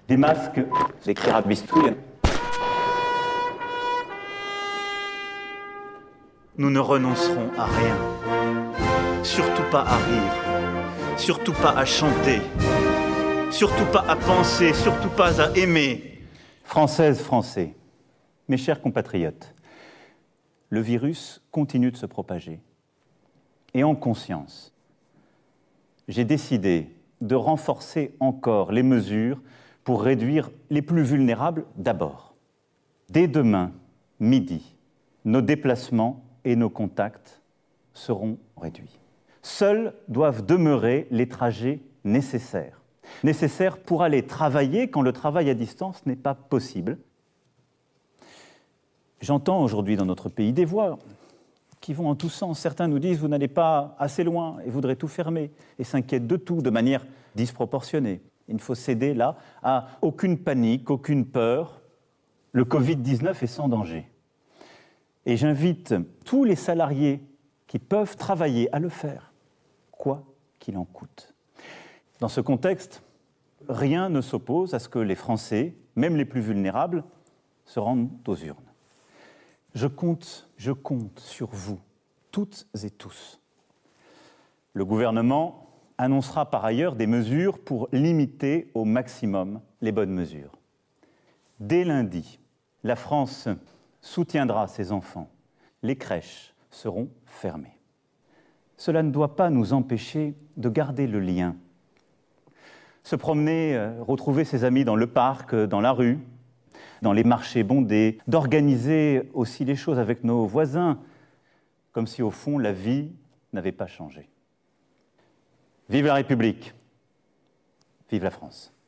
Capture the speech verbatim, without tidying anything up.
des masques, des carabistouilles. Nous ne renoncerons à rien, surtout pas à rire, surtout pas à chanter, surtout pas à penser, surtout pas à aimer. Françaises, Français, mes chers compatriotes, le virus continue de se propager. Et en conscience, j'ai décidé de renforcer encore les mesures pour réduire les plus vulnérables d'abord. Dès demain, midi, nos déplacements et nos contacts seront réduits. Seuls doivent demeurer les trajets nécessaires. Nécessaires pour aller travailler quand le travail à distance n'est pas possible. J'entends aujourd'hui dans notre pays des voix qui vont en tous sens. Certains nous disent « vous n'allez pas assez loin et voudraient tout fermer » et s'inquiètent de tout de manière disproportionnée. Il ne faut céder là à aucune panique, aucune peur. Le covid dix-neuf est sans danger. Et j'invite tous les salariés qui peuvent travailler à le faire, quoi qu'il en coûte. Dans ce contexte, rien ne s'oppose à ce que les Français, même les plus vulnérables, se rendent aux urnes. Je compte, je compte sur vous, toutes et tous. Le gouvernement annoncera par ailleurs des mesures pour limiter au maximum les bonnes mesures. Dès lundi, la France soutiendra ses enfants. Les crèches seront fermées. Cela ne doit pas nous empêcher de garder le lien. Se promener, retrouver ses amis dans le parc, dans la rue, dans les marchés bondés, d'organiser aussi les choses avec nos voisins, comme si au fond la vie n'avait pas changé. Vive la République, vive la France.